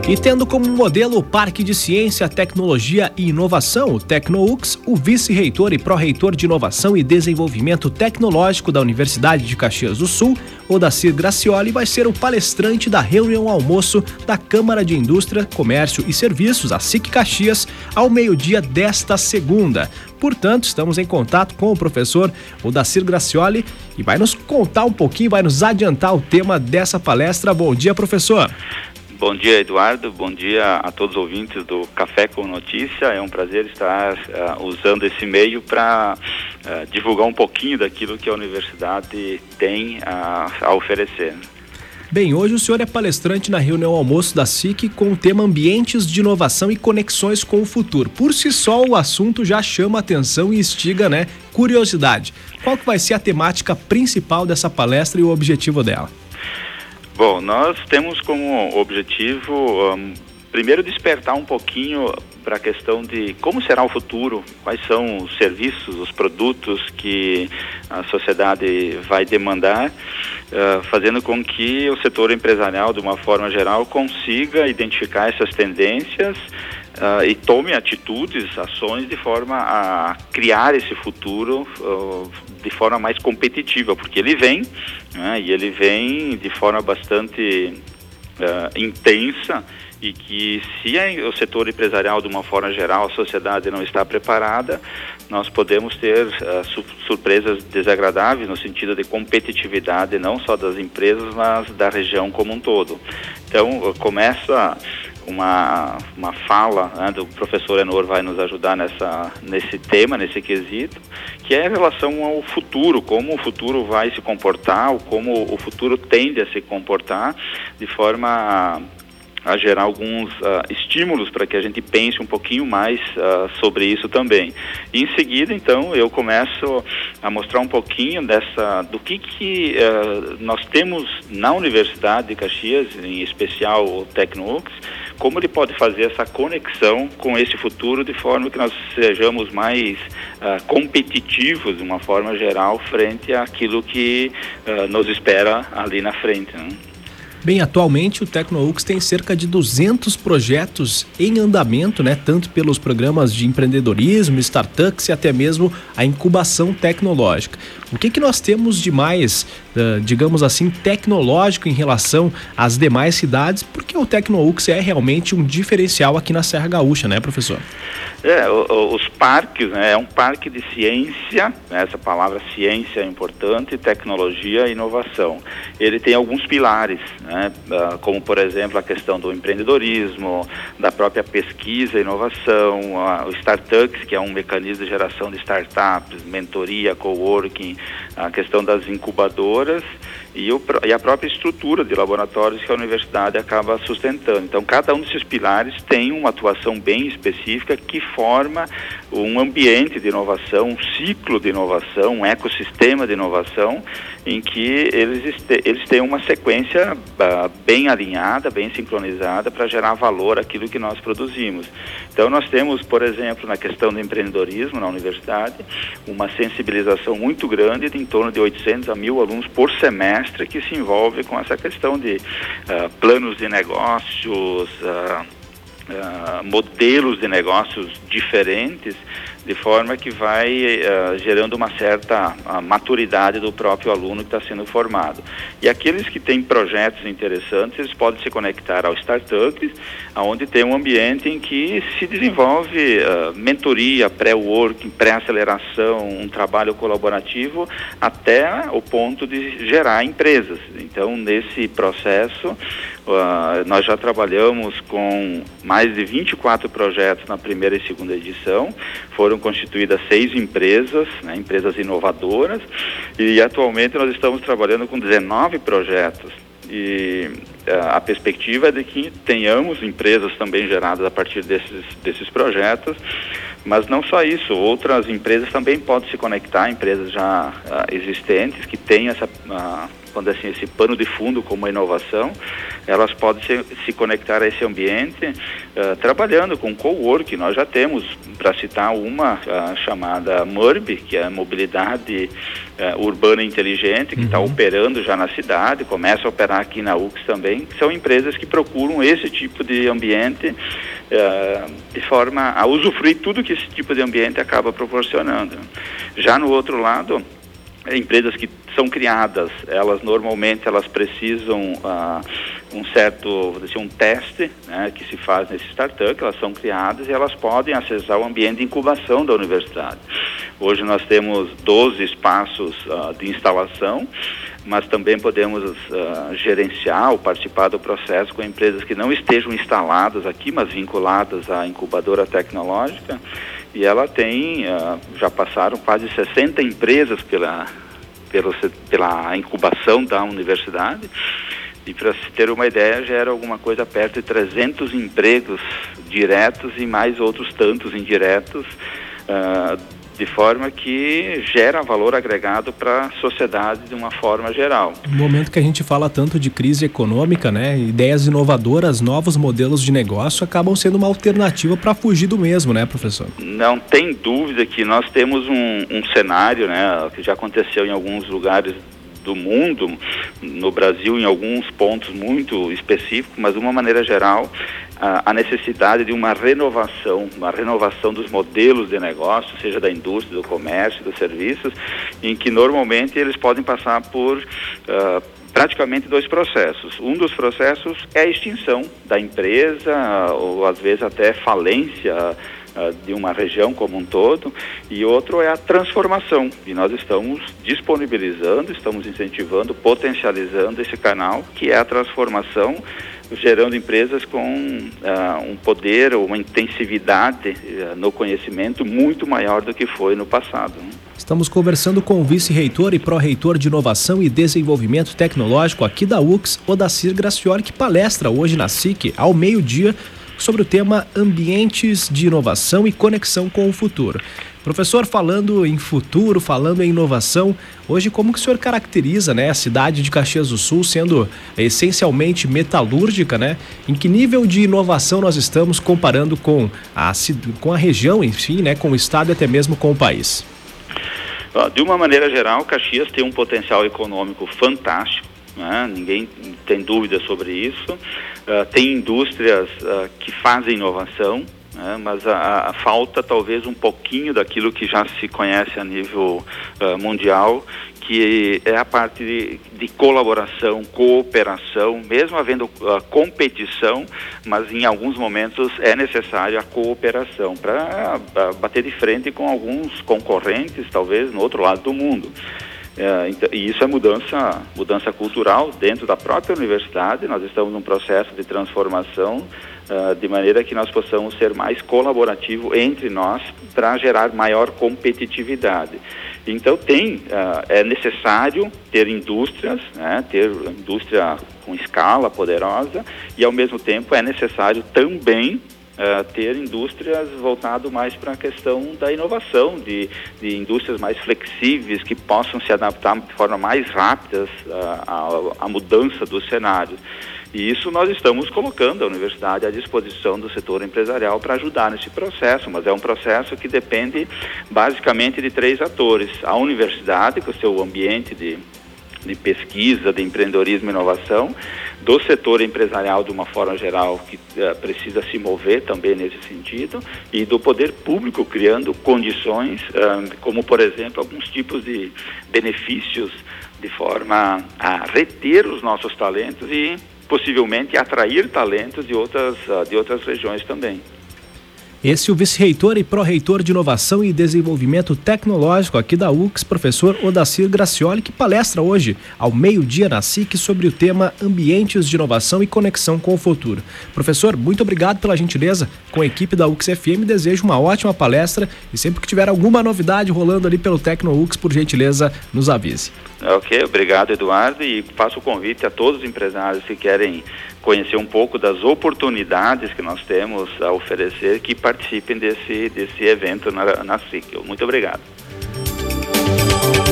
E tendo como modelo o Parque de Ciência, Tecnologia e Inovação, o TecnoUX, o vice-reitor e pró-reitor de Inovação e Desenvolvimento Tecnológico da Universidade de Caxias do Sul, Odacir Gracioli, vai ser o palestrante da reunião almoço da Câmara de Indústria, Comércio e Serviços, a SIC Caxias, ao meio-dia desta segunda. Portanto, estamos em contato com o professor Odacir Gracioli e vai nos contar um pouquinho, vai nos adiantar o tema dessa palestra. Bom dia, professor. Bom dia, Eduardo. Bom dia a todos os ouvintes do Café com Notícia. É um prazer estar usando esse meio para divulgar um pouquinho daquilo que a universidade tem a oferecer. Bem, hoje o senhor é palestrante na reunião almoço da SIC com o tema Ambientes de Inovação e Conexões com o Futuro. Por si só, o assunto já chama atenção e instiga, curiosidade. Qual que vai ser a temática principal dessa palestra e o objetivo dela? Bom, nós temos como objetivo, primeiro, despertar um pouquinho para a questão de como será o futuro, quais são os serviços, os produtos que a sociedade vai demandar, fazendo com que o setor empresarial, de uma forma geral, consiga identificar essas tendências e tome atitudes, ações de forma a criar esse futuro de forma mais competitiva, porque ele vem, e ele vem de forma bastante intensa, e que se o setor empresarial, de uma forma geral, a sociedade não está preparada, nós podemos ter surpresas desagradáveis no sentido de competitividade, não só das empresas, mas da região como um todo. Então, começa uma fala do professor Enor, vai nos ajudar nesse tema, nesse quesito, que é em relação ao futuro, como o futuro vai se comportar, ou como o futuro tende a se comportar, de forma a gerar alguns estímulos para que a gente pense um pouquinho mais sobre isso também. E em seguida, então, eu começo a mostrar um pouquinho do que nós temos na Universidade de Caxias, em especial o TecnoUX, como ele pode fazer essa conexão com esse futuro de forma que nós sejamos mais competitivos, de uma forma geral, frente àquilo que nos espera ali na frente, Bem, atualmente o TecnoUX tem cerca de 200 projetos em andamento, tanto pelos programas de empreendedorismo, startups e até mesmo a incubação tecnológica. O que nós temos de mais, digamos assim, tecnológico em relação às demais cidades? Porque o TecnoUX é realmente um diferencial aqui na Serra Gaúcha, professor? Os parques, é um parque de ciência, essa palavra ciência é importante, tecnologia e inovação. Ele tem alguns pilares, como, por exemplo, a questão do empreendedorismo, da própria pesquisa e inovação, o startups, que é um mecanismo de geração de startups, mentoria, coworking, a questão das incubadoras e a própria estrutura de laboratórios que a universidade acaba sustentando. Então, cada um desses pilares tem uma atuação bem específica que forma um ambiente de inovação, um ciclo de inovação, um ecossistema de inovação, em que eles têm uma sequência bem alinhada, bem sincronizada para gerar valor àquilo que nós produzimos. Então, nós temos, por exemplo, na questão do empreendedorismo na universidade, uma sensibilização muito grande de em torno de 800 a 1.000 alunos por semestre que se envolve com essa questão de planos de negócios, modelos de negócios diferentes, de forma que vai gerando uma certa maturidade do próprio aluno que está sendo formado. E aqueles que têm projetos interessantes, eles podem se conectar ao startups, onde tem um ambiente em que se desenvolve mentoria, pré-working, pré-aceleração, um trabalho colaborativo, até o ponto de gerar empresas. Então, nesse processo, nós já trabalhamos com mais de 24 projetos na primeira e segunda edição, foram constituídas 6 empresas, empresas inovadoras, e atualmente nós estamos trabalhando com 19 projetos. E a perspectiva é de que tenhamos empresas também geradas a partir desses projetos, mas não só isso, outras empresas também podem se conectar, empresas já existentes que têm quando assim, esse pano de fundo como a inovação, elas podem se conectar a esse ambiente trabalhando com coworking. Nós já temos, para citar uma, chamada MURB, que é a mobilidade urbana inteligente, que está operando já na cidade, começa a operar aqui na UX também, que são empresas que procuram esse tipo de ambiente de forma a usufruir tudo que esse tipo de ambiente acaba proporcionando. Já no outro lado, empresas que são criadas, elas normalmente precisam um teste, né, que se faz nesse startup, elas são criadas e elas podem acessar o ambiente de incubação da universidade. Hoje nós temos 12 espaços de instalação, mas também podemos gerenciar ou participar do processo com empresas que não estejam instaladas aqui, mas vinculadas à incubadora tecnológica, e ela tem, já passaram quase 60 empresas pela incubação da universidade, e para se ter uma ideia, gera alguma coisa perto de 300 empregos diretos e mais outros tantos indiretos, de forma que gera valor agregado para a sociedade de uma forma geral. No momento que a gente fala tanto de crise econômica, né, ideias inovadoras, novos modelos de negócio acabam sendo uma alternativa para fugir do mesmo, né, professor? Não tem dúvida que nós temos um cenário, né, que já aconteceu em alguns lugares do mundo, no Brasil em alguns pontos muito específicos, mas de uma maneira geral, a necessidade de uma renovação dos modelos de negócio, seja da indústria, do comércio, dos serviços, em que normalmente eles podem passar por praticamente 2 processos. Um dos processos é a extinção da empresa, ou às vezes até falência de uma região como um todo, e outro é a transformação, e nós estamos disponibilizando, estamos incentivando, potencializando esse canal, que é a transformação, gerando empresas com um poder ou uma intensividade no conhecimento muito maior do que foi no passado. Estamos conversando com o vice-reitor e pró-reitor de Inovação e Desenvolvimento Tecnológico aqui da UX, Odacir Gracioli, que palestra hoje na SIC, ao meio-dia, sobre o tema Ambientes de Inovação e Conexão com o Futuro. Professor, falando em futuro, falando em inovação, hoje como que o senhor caracteriza, né, a cidade de Caxias do Sul sendo essencialmente metalúrgica, né? Em que nível de inovação nós estamos comparando com a região, enfim, né, com o estado e até mesmo com o país? De uma maneira geral, Caxias tem um potencial econômico fantástico, né? Ninguém tem dúvida sobre isso. Tem indústrias que fazem inovação, né? Mas falta talvez um pouquinho daquilo que já se conhece a nível mundial, que é a parte de colaboração, cooperação, mesmo havendo competição, mas em alguns momentos é necessário a cooperação para bater de frente com alguns concorrentes, talvez no outro lado do mundo. E isso é mudança cultural dentro da própria universidade. Nós estamos num processo de transformação de maneira que nós possamos ser mais colaborativos entre nós para gerar maior competitividade. Então é necessário ter indústrias, né, ter indústria com escala poderosa, e ao mesmo tempo é necessário também ter indústrias voltado mais para a questão da inovação, de indústrias mais flexíveis, que possam se adaptar de forma mais rápida à mudança dos cenários. E isso nós estamos colocando a universidade à disposição do setor empresarial para ajudar nesse processo, mas é um processo que depende basicamente de 3 atores. A universidade, com o seu ambiente de pesquisa, de empreendedorismo e inovação, do setor empresarial de uma forma geral, que precisa se mover também nesse sentido, e do poder público criando condições, como por exemplo alguns tipos de benefícios de forma a reter os nossos talentos e possivelmente atrair talentos de outras regiões também. Esse é o vice-reitor e pró-reitor de Inovação e Desenvolvimento Tecnológico aqui da UX, professor Odacir Gracioli, que palestra hoje ao meio-dia na SIC sobre o tema Ambientes de Inovação e Conexão com o Futuro. Professor, muito obrigado pela gentileza com a equipe da UX FM, desejo uma ótima palestra e sempre que tiver alguma novidade rolando ali pelo TecnoUX, por gentileza, nos avise. Ok, obrigado, Eduardo, e faço o convite a todos os empresários que querem conhecer um pouco das oportunidades que nós temos a oferecer, que participem desse evento na SIC. Muito obrigado.